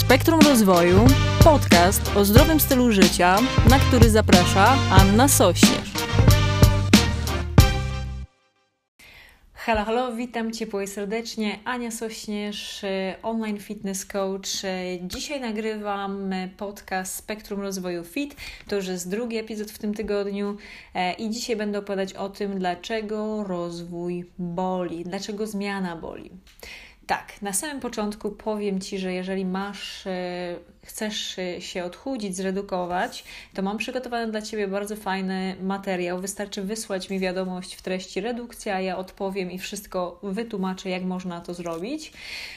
Spektrum Rozwoju, podcast o zdrowym stylu życia, na który zaprasza Anna Sośnierz. Halo, witam Ciepło i serdecznie. Ania Sośnierz, online fitness coach. Dzisiaj nagrywam podcast Spektrum Rozwoju Fit. To już jest drugi epizod w tym tygodniu i dzisiaj będę opowiadać o tym, dlaczego rozwój boli, dlaczego zmiana boli. Tak, na samym początku powiem Ci, że jeżeli chcesz się odchudzić, zredukować, to mam przygotowany dla Ciebie bardzo fajny materiał. Wystarczy wysłać mi wiadomość w treści redukcja, a ja odpowiem i wszystko wytłumaczę, jak można to zrobić.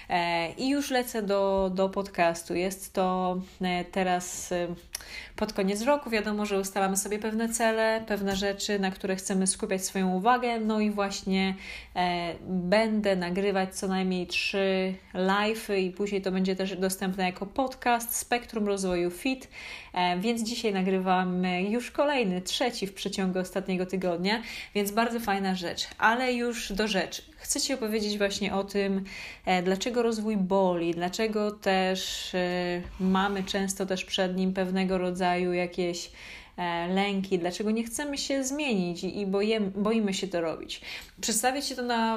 I już lecę do podcastu. Jest to teraz pod koniec roku. Wiadomo, że ustalamy sobie pewne cele, pewne rzeczy, na które chcemy skupiać swoją uwagę. No i właśnie będę nagrywać co najmniej 3 live'y i później to będzie też dostępne jako podcast Spektrum Rozwoju Fit, więc dzisiaj nagrywam już kolejny, 3 w przeciągu ostatniego tygodnia, więc bardzo fajna rzecz, ale już do rzeczy. Chcę Ci opowiedzieć właśnie o tym, dlaczego rozwój boli, dlaczego też mamy często też przed nim pewnego rodzaju jakieś lęki, dlaczego nie chcemy się zmienić i boimy się to robić. Przedstawię Ci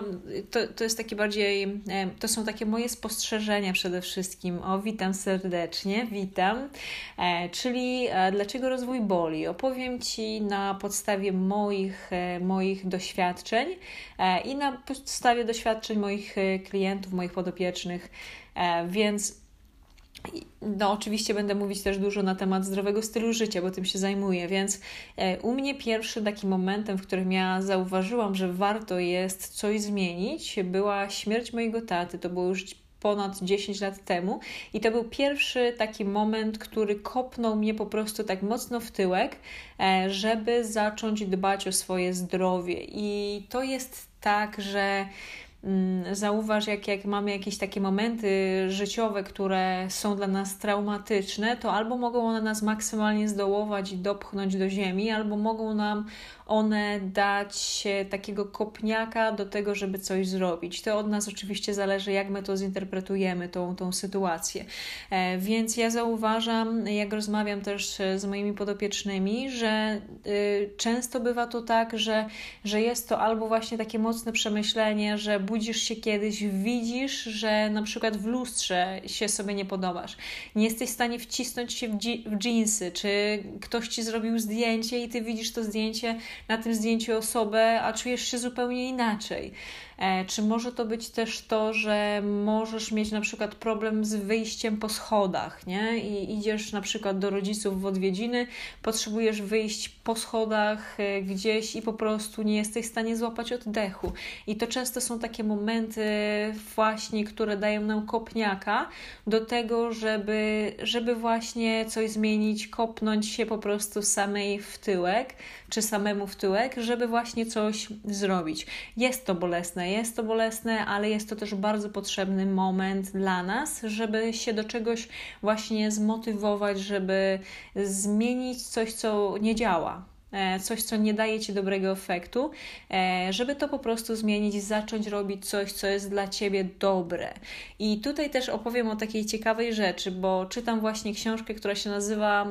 to jest takie bardziej, to są takie moje spostrzeżenia przede wszystkim. Witam serdecznie, witam. Czyli dlaczego rozwój boli? Opowiem Ci na podstawie moich doświadczeń i na podstawie doświadczeń moich klientów, moich podopiecznych, więc oczywiście będę mówić też dużo na temat zdrowego stylu życia, bo tym się zajmuję, więc u mnie pierwszym takim momentem, w którym ja zauważyłam, że warto jest coś zmienić, była śmierć mojego taty. To było już ponad 10 lat temu i to był pierwszy taki moment, który kopnął mnie po prostu tak mocno w tyłek, żeby zacząć dbać o swoje zdrowie. I to jest tak, że zauważ, jak mamy jakieś takie momenty życiowe, które są dla nas traumatyczne, to albo mogą one nas maksymalnie zdołować i dopchnąć do ziemi, albo mogą nam one dać takiego kopniaka do tego, żeby coś zrobić. To od nas oczywiście zależy, jak my to zinterpretujemy, tą sytuację. Więc ja zauważam, jak rozmawiam też z moimi podopiecznymi, że często bywa to tak, że jest to albo właśnie takie mocne przemyślenie, że budzisz się kiedyś, widzisz, że na przykład w lustrze się sobie nie podobasz. Nie jesteś w stanie wcisnąć się w dżinsy, czy ktoś Ci zrobił zdjęcie i Ty widzisz to zdjęcie, na tym zdjęciu osobę, a czujesz się zupełnie inaczej. Czy może to być też to, że możesz mieć na przykład problem z wyjściem po schodach, nie? I idziesz na przykład do rodziców w odwiedziny, potrzebujesz wyjść po schodach gdzieś i po prostu nie jesteś w stanie złapać oddechu. I to często są takie momenty właśnie, które dają nam kopniaka do tego, żeby właśnie coś zmienić, kopnąć się po prostu samej w tyłek, czy samemu w tyłek, żeby właśnie coś zrobić. Jest to bolesne, ale jest to też bardzo potrzebny moment dla nas, żeby się do czegoś właśnie zmotywować, żeby zmienić coś, co nie działa. Coś, co nie daje Ci dobrego efektu, żeby to po prostu zmienić i zacząć robić coś, co jest dla Ciebie dobre. I tutaj też opowiem o takiej ciekawej rzeczy, bo czytam właśnie książkę, która się nazywa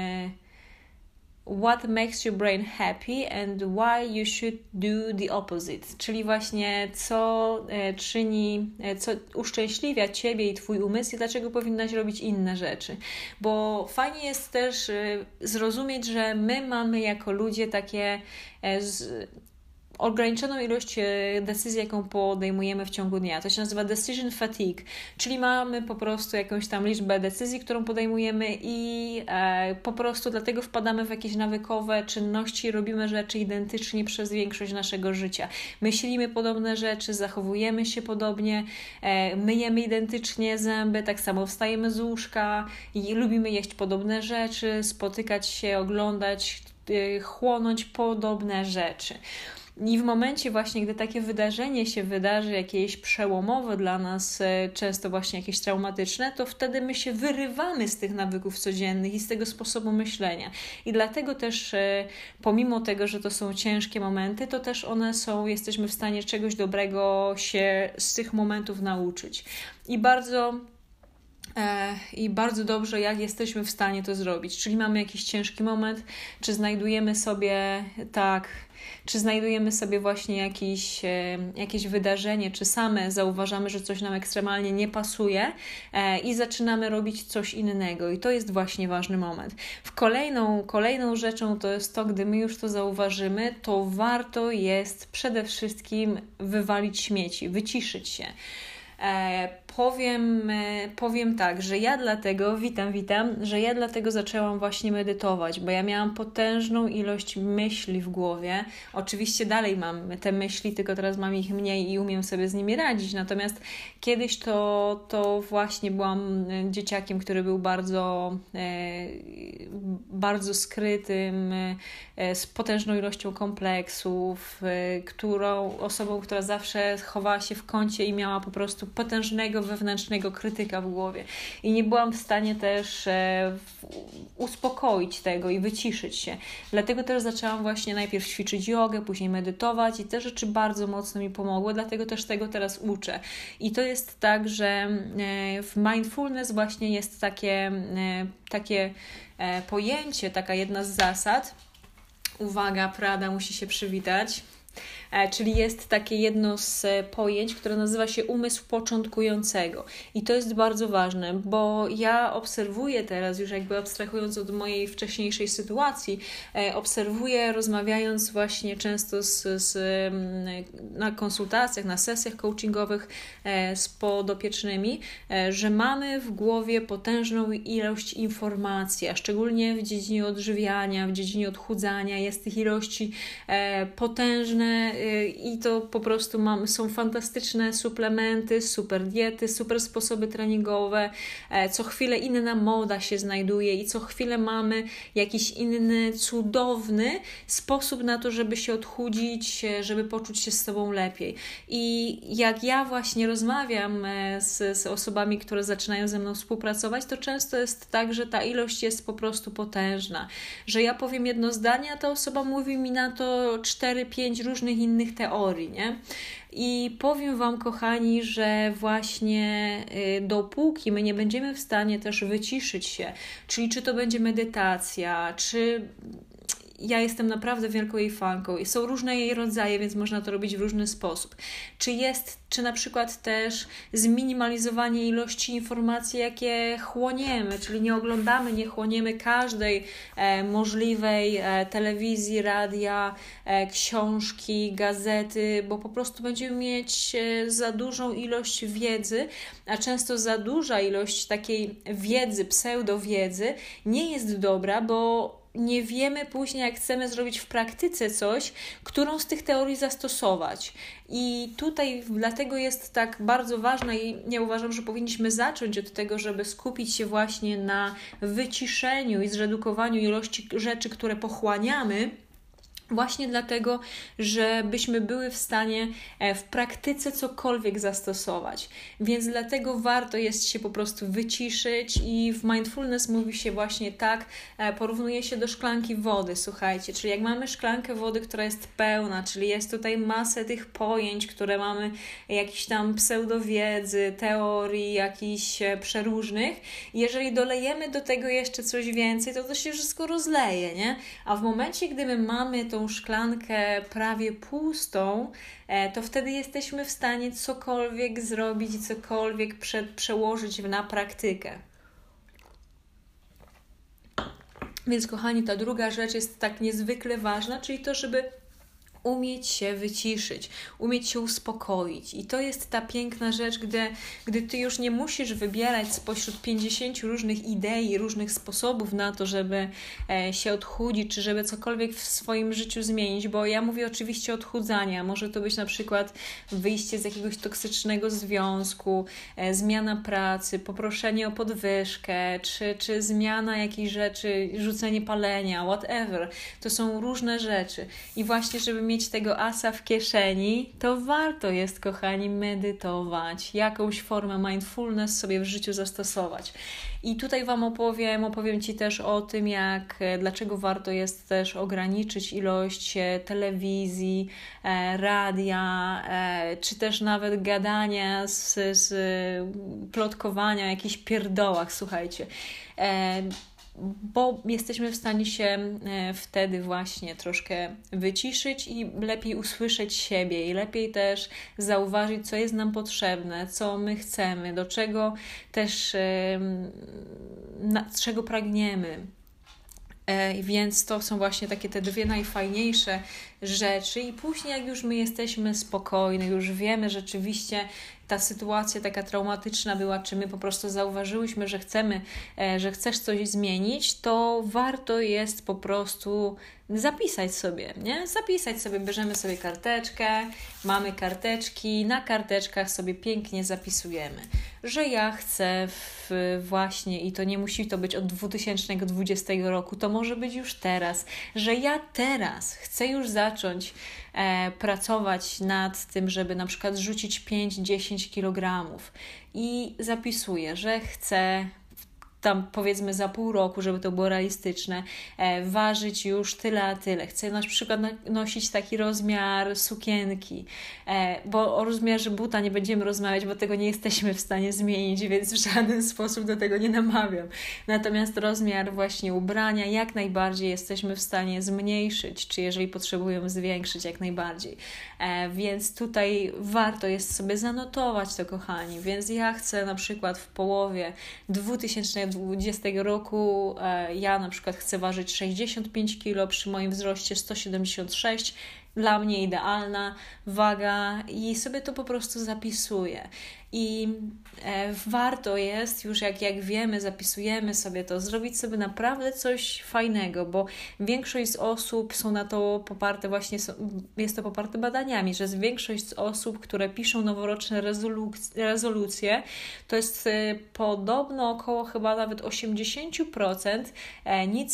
What makes your brain happy and why you should do the opposite, czyli właśnie co uszczęśliwia Ciebie i Twój umysł i dlaczego powinnaś robić inne rzeczy. Bo fajnie jest też zrozumieć, że my mamy jako ludzie takie ograniczoną ilość decyzji, jaką podejmujemy w ciągu dnia. To się nazywa decision fatigue, czyli mamy po prostu jakąś tam liczbę decyzji, którą podejmujemy i po prostu dlatego wpadamy w jakieś nawykowe czynności, robimy rzeczy identycznie przez większość naszego życia. Myślimy podobne rzeczy, zachowujemy się podobnie, myjemy identycznie zęby, tak samo wstajemy z łóżka i lubimy jeść podobne rzeczy, spotykać się, oglądać, chłonąć podobne rzeczy. I w momencie właśnie, gdy takie wydarzenie się wydarzy, jakieś przełomowe dla nas, często właśnie jakieś traumatyczne, to wtedy my się wyrywamy z tych nawyków codziennych i z tego sposobu myślenia. I dlatego też pomimo tego, że to są ciężkie momenty, to też one są, jesteśmy w stanie czegoś dobrego się z tych momentów nauczyć. I bardzo i bardzo dobrze, jak jesteśmy w stanie to zrobić. Czyli mamy jakiś ciężki moment, czy znajdujemy sobie właśnie jakieś wydarzenie, czy same zauważamy, że coś nam ekstremalnie nie pasuje i zaczynamy robić coś innego. I to jest właśnie ważny moment. Kolejną rzeczą to jest to, gdy my już to zauważymy, to warto jest przede wszystkim wywalić śmieci, wyciszyć się. Powiem tak, że ja dlatego, że ja dlatego zaczęłam właśnie medytować, bo ja miałam potężną ilość myśli w głowie. Oczywiście dalej mam te myśli, tylko teraz mam ich mniej i umiem sobie z nimi radzić. Natomiast kiedyś to właśnie byłam dzieciakiem, który był bardzo skrytym, z potężną ilością kompleksów, osobą, która zawsze chowała się w kącie i miała po prostu potężnego wewnętrznego krytyka w głowie. I nie byłam w stanie też uspokoić tego i wyciszyć się. Dlatego też zaczęłam właśnie najpierw ćwiczyć jogę, później medytować i te rzeczy bardzo mocno mi pomogły, dlatego też tego teraz uczę. I to jest tak, że w mindfulness właśnie jest takie pojęcie, taka jedna z zasad. Uwaga, Prada musi się przywitać. Czyli jest takie jedno z pojęć, które nazywa się umysł początkującego. I to jest bardzo ważne, bo ja obserwuję teraz, już jakby abstrahując od mojej wcześniejszej sytuacji, rozmawiając właśnie często na konsultacjach, na sesjach coachingowych z podopiecznymi, że mamy w głowie potężną ilość informacji, a szczególnie w dziedzinie odżywiania, w dziedzinie odchudzania jest tych ilości potężne i to po prostu są fantastyczne suplementy, super diety, super sposoby treningowe, co chwilę inna moda się znajduje i co chwilę mamy jakiś inny, cudowny sposób na to, żeby się odchudzić, żeby poczuć się z sobą lepiej. I jak ja właśnie rozmawiam z osobami, które zaczynają ze mną współpracować, to często jest tak, że ta ilość jest po prostu potężna, że ja powiem jedno zdanie, a ta osoba mówi mi na to 4-5 różnych innych teorii, nie? I powiem Wam, kochani, że właśnie dopóki my nie będziemy w stanie też wyciszyć się, czyli czy to będzie medytacja, czy ja jestem naprawdę wielką jej fanką i są różne jej rodzaje, więc można to robić w różny sposób. Czy na przykład też zminimalizowanie ilości informacji, jakie chłoniemy, czyli nie oglądamy, nie chłoniemy każdej możliwej telewizji, radia, książki, gazety, bo po prostu będziemy mieć za dużą ilość wiedzy, a często za duża ilość takiej wiedzy, pseudowiedzy nie jest dobra, bo nie wiemy później, jak chcemy zrobić w praktyce coś, którą z tych teorii zastosować. I tutaj dlatego jest tak bardzo ważne i ja uważam, że powinniśmy zacząć od tego, żeby skupić się właśnie na wyciszeniu i zredukowaniu ilości rzeczy, które pochłaniamy, właśnie dlatego, żebyśmy były w stanie w praktyce cokolwiek zastosować. Więc dlatego warto jest się po prostu wyciszyć i w mindfulness mówi się właśnie tak, porównuje się do szklanki wody, słuchajcie, czyli jak mamy szklankę wody, która jest pełna, czyli jest tutaj masę tych pojęć, które mamy, jakiś tam pseudowiedzy, teorii, jakichś przeróżnych, jeżeli dolejemy do tego jeszcze coś więcej, to się wszystko rozleje, nie? A w momencie, gdy my mamy tą szklankę prawie pustą, to wtedy jesteśmy w stanie cokolwiek zrobić i cokolwiek przełożyć na praktykę. Więc kochani, ta druga rzecz jest tak niezwykle ważna, czyli to, żeby umieć się wyciszyć, umieć się uspokoić. I to jest ta piękna rzecz, gdy ty już nie musisz wybierać spośród 50 różnych idei, różnych sposobów na to, żeby się odchudzić, czy żeby cokolwiek w swoim życiu zmienić, bo ja mówię oczywiście o odchudzaniu. Może to być na przykład wyjście z jakiegoś toksycznego związku, zmiana pracy, poproszenie o podwyżkę, czy zmiana jakiejś rzeczy, rzucenie palenia, whatever. To są różne rzeczy. I właśnie, żeby mieć mieć tego asa w kieszeni, to warto jest, kochani, medytować, jakąś formę mindfulness sobie w życiu zastosować. I tutaj Wam opowiem Ci też o tym, dlaczego warto jest też ograniczyć ilość telewizji, radia, czy też nawet gadania, plotkowania o jakichś pierdołach, słuchajcie. Bo jesteśmy w stanie się wtedy właśnie troszkę wyciszyć i lepiej usłyszeć siebie i lepiej też zauważyć, co jest nam potrzebne, co my chcemy, do czego też, czego pragniemy. Więc to są właśnie takie te dwie najfajniejsze rzeczy i później jak już my jesteśmy spokojni, już wiemy rzeczywiście, ta sytuacja taka traumatyczna była, czy my po prostu zauważyłyśmy, że chcesz coś zmienić, to warto jest po prostu zapisać sobie, nie? Zapisać sobie, bierzemy sobie karteczkę, mamy karteczki, na karteczkach sobie pięknie zapisujemy, że ja chcę właśnie, i to nie musi to być od 2020 roku, to może być już teraz, że ja teraz chcę już zacząć pracować nad tym, żeby na przykład zrzucić 5-10 kg i zapisuję, że chcę tam powiedzmy za pół roku, żeby to było realistyczne, ważyć już tyle a tyle. Chcę na przykład nosić taki rozmiar sukienki, bo o rozmiarze buta nie będziemy rozmawiać, bo tego nie jesteśmy w stanie zmienić, więc w żaden sposób do tego nie namawiam. Natomiast rozmiar właśnie ubrania jak najbardziej jesteśmy w stanie zmniejszyć, czy jeżeli potrzebujemy zwiększyć, jak najbardziej. Więc tutaj warto jest sobie zanotować to, kochani. Więc ja chcę na przykład w połowie 2020 roku ja na przykład chcę ważyć 65 kg przy moim wzroście 176, dla mnie idealna waga i sobie to po prostu zapisuję. I warto jest już jak wiemy, zapisujemy sobie to, zrobić sobie naprawdę coś fajnego, bo większość z osób są na to poparte właśnie, jest to poparte badaniami, że większość z osób, które piszą noworoczne rezolucje, to jest podobno około chyba nawet 80% nic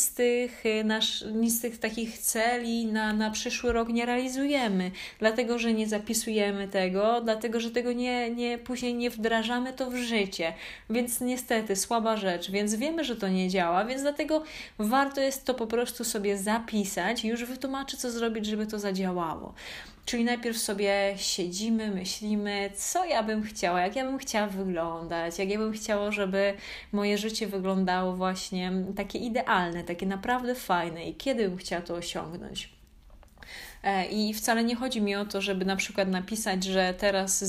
z tych takich celi na przyszły rok nie realizujemy, dlatego że nie zapisujemy tego, dlatego że tego później nie wdrażamy to w życie, więc niestety słaba rzecz, więc wiemy, że to nie działa, więc dlatego warto jest to po prostu sobie zapisać i już wytłumaczę, co zrobić, żeby to zadziałało. Czyli najpierw sobie siedzimy, myślimy, co ja bym chciała, jak ja bym chciała wyglądać, jak ja bym chciała, żeby moje życie wyglądało właśnie takie idealne, takie naprawdę fajne i kiedy bym chciała to osiągnąć. I wcale nie chodzi mi o to, żeby na przykład napisać, że teraz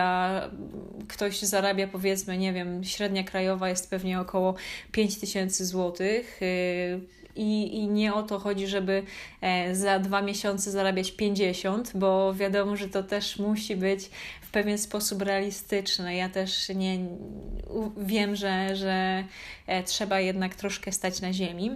ktoś zarabia powiedzmy, nie wiem, średnia krajowa jest pewnie około 5000 złotych i nie o to chodzi, żeby za 2 miesiące zarabiać 50, bo wiadomo, że to też musi być w pewien sposób realistyczne. Ja też wiem, że trzeba jednak troszkę stać na ziemi.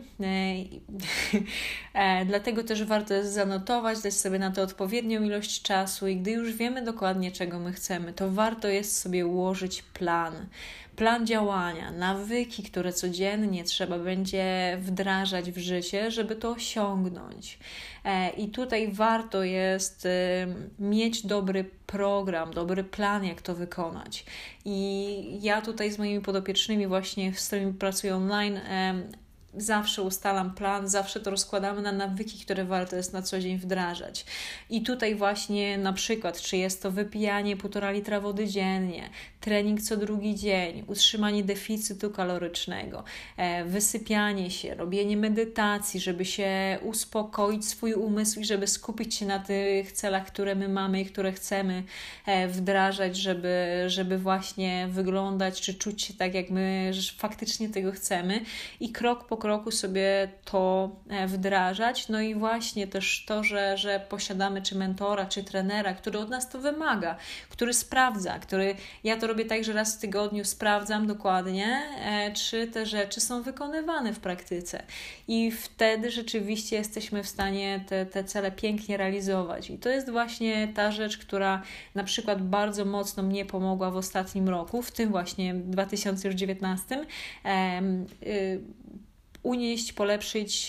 Dlatego też warto jest zanotować, dać sobie na to odpowiednią ilość czasu i gdy już wiemy dokładnie, czego my chcemy, to warto jest sobie ułożyć plan działania, nawyki, które codziennie trzeba będzie wdrażać w życie, żeby to osiągnąć. I tutaj warto jest mieć dobry program, dobry plan, jak to wykonać. I ja tutaj z moimi podopiecznymi właśnie, z którymi pracuję online, zawsze ustalam plan, zawsze to rozkładamy na nawyki, które warto jest na co dzień wdrażać. I tutaj właśnie na przykład, czy jest to wypijanie 1,5 litra wody dziennie, trening co drugi dzień, utrzymanie deficytu kalorycznego, wysypianie się, robienie medytacji, żeby się uspokoić swój umysł i żeby skupić się na tych celach, które my mamy i które chcemy wdrażać, żeby właśnie wyglądać czy czuć się tak, jak my faktycznie tego chcemy i krok po kroku sobie to wdrażać. No i właśnie też to, że posiadamy czy mentora, czy trenera, który od nas to wymaga, który sprawdza, ja to robię tak, że raz w tygodniu sprawdzam dokładnie, czy te rzeczy są wykonywane w praktyce. I wtedy rzeczywiście jesteśmy w stanie te cele pięknie realizować. I to jest właśnie ta rzecz, która na przykład bardzo mocno mnie pomogła w ostatnim roku, w tym właśnie 2019, unieść, polepszyć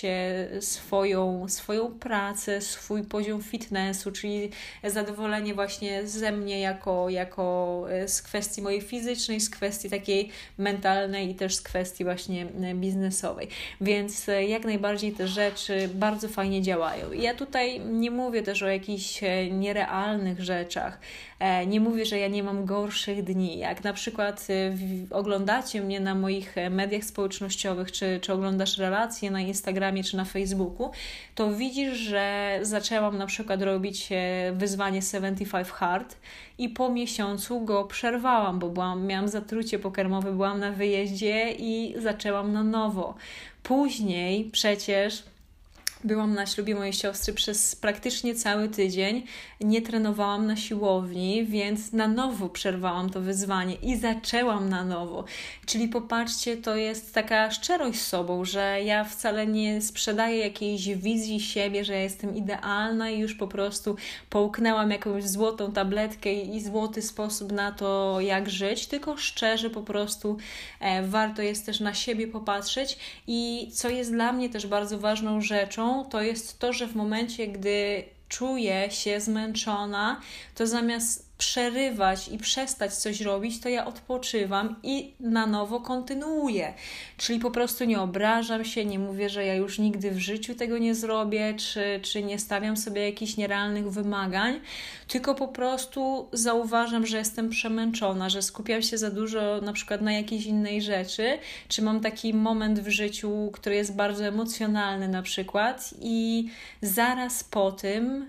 swoją pracę, swój poziom fitnessu, czyli zadowolenie właśnie ze mnie jako z kwestii mojej fizycznej, z kwestii takiej mentalnej i też z kwestii właśnie biznesowej. Więc jak najbardziej te rzeczy bardzo fajnie działają. I ja tutaj nie mówię też o jakichś nierealnych rzeczach. Nie mówię, że ja nie mam gorszych dni. Jak na przykład oglądacie mnie na moich mediach społecznościowych, czy oglądasz relacje na Instagramie, czy na Facebooku, to widzisz, że zaczęłam na przykład robić wyzwanie 75 Hard i po miesiącu go przerwałam, bo miałam zatrucie pokarmowe, byłam na wyjeździe i zaczęłam na nowo. Później przecież byłam na ślubie mojej siostry przez praktycznie cały tydzień, nie trenowałam na siłowni, więc na nowo przerwałam to wyzwanie i zaczęłam na nowo. Czyli popatrzcie, to jest taka szczerość z sobą, że ja wcale nie sprzedaję jakiejś wizji siebie, że ja jestem idealna i już po prostu połknęłam jakąś złotą tabletkę i złoty sposób na to, jak żyć, tylko szczerze po prostu warto jest też na siebie popatrzeć i co jest dla mnie też bardzo ważną rzeczą, to jest to, że w momencie, gdy czuję się zmęczona, to zamiast przerywać i przestać coś robić, to ja odpoczywam i na nowo kontynuuję. Czyli po prostu nie obrażam się, nie mówię, że ja już nigdy w życiu tego nie zrobię, czy nie stawiam sobie jakichś nierealnych wymagań, tylko po prostu zauważam, że jestem przemęczona, że skupiam się za dużo na przykład na jakiejś innej rzeczy, czy mam taki moment w życiu, który jest bardzo emocjonalny na przykład i zaraz po tym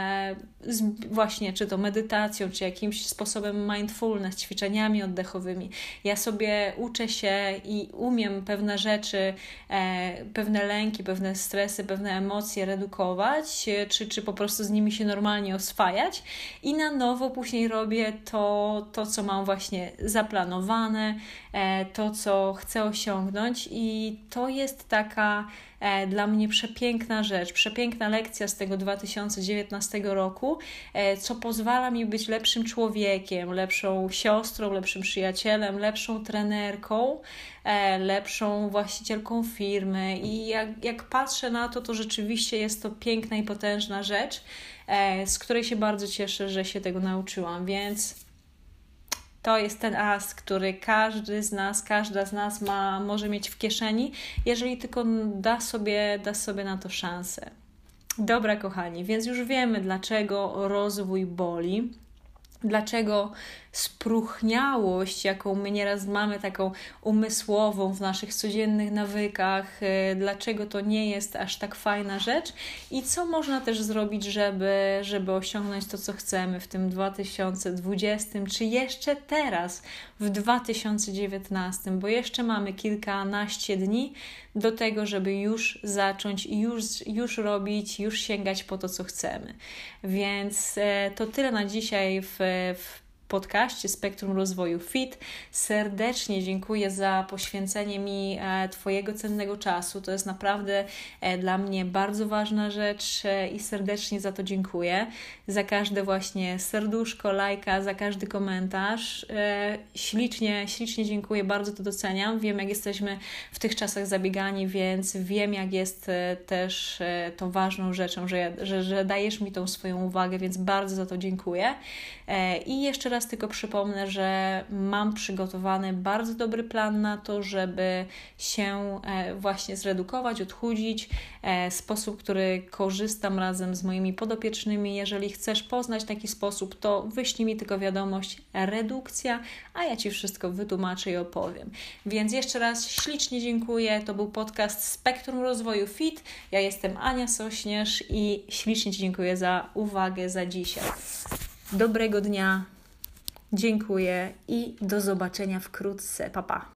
właśnie, czy to medytacją, czy jakimś sposobem mindfulness, ćwiczeniami oddechowymi. Ja sobie uczę się i umiem pewne rzeczy, pewne lęki, pewne stresy, pewne emocje redukować, czy po prostu z nimi się normalnie oswajać i na nowo później robię to co mam właśnie zaplanowane, to, co chcę osiągnąć i to jest taka dla mnie przepiękna rzecz, przepiękna lekcja z tego 2019 roku, co pozwala mi być lepszym człowiekiem, lepszą siostrą, lepszym przyjacielem, lepszą trenerką, lepszą właścicielką firmy i jak patrzę na to, to rzeczywiście jest to piękna i potężna rzecz, z której się bardzo cieszę, że się tego nauczyłam, więc to jest ten as, który każdy z nas, każda z nas może mieć w kieszeni, jeżeli tylko da sobie na to szansę. Dobra, kochani, więc już wiemy, dlaczego rozwój boli, dlaczego spróchniałość, jaką my nieraz mamy, taką umysłową w naszych codziennych nawykach, dlaczego to nie jest aż tak fajna rzecz i co można też zrobić, żeby osiągnąć to, co chcemy w tym 2020, czy jeszcze teraz w 2019, bo jeszcze mamy kilkanaście dni do tego, żeby już zacząć i już robić, już sięgać po to, co chcemy. Więc to tyle na dzisiaj w podcaście Spektrum Rozwoju Fit. Serdecznie dziękuję za poświęcenie mi Twojego cennego czasu. To jest naprawdę dla mnie bardzo ważna rzecz i serdecznie za to dziękuję. Za każde właśnie serduszko, lajka, za każdy komentarz. Ślicznie dziękuję, bardzo to doceniam. Wiem, jak jesteśmy w tych czasach zabiegani, więc wiem, jak jest też to ważną rzeczą, że dajesz mi tą swoją uwagę, więc bardzo za to dziękuję. I jeszcze raz tylko przypomnę, że mam przygotowany bardzo dobry plan na to, żeby się właśnie zredukować, odchudzić. Sposób, który korzystam razem z moimi podopiecznymi. Jeżeli chcesz poznać taki sposób, to wyślij mi tylko wiadomość redukcja, a ja Ci wszystko wytłumaczę i opowiem. Więc jeszcze raz ślicznie dziękuję. To był podcast Spektrum Rozwoju Fit. Ja jestem Ania Sośnierz i ślicznie Ci dziękuję za uwagę za dzisiaj. Dobrego dnia, dziękuję i do zobaczenia wkrótce. Pa, pa.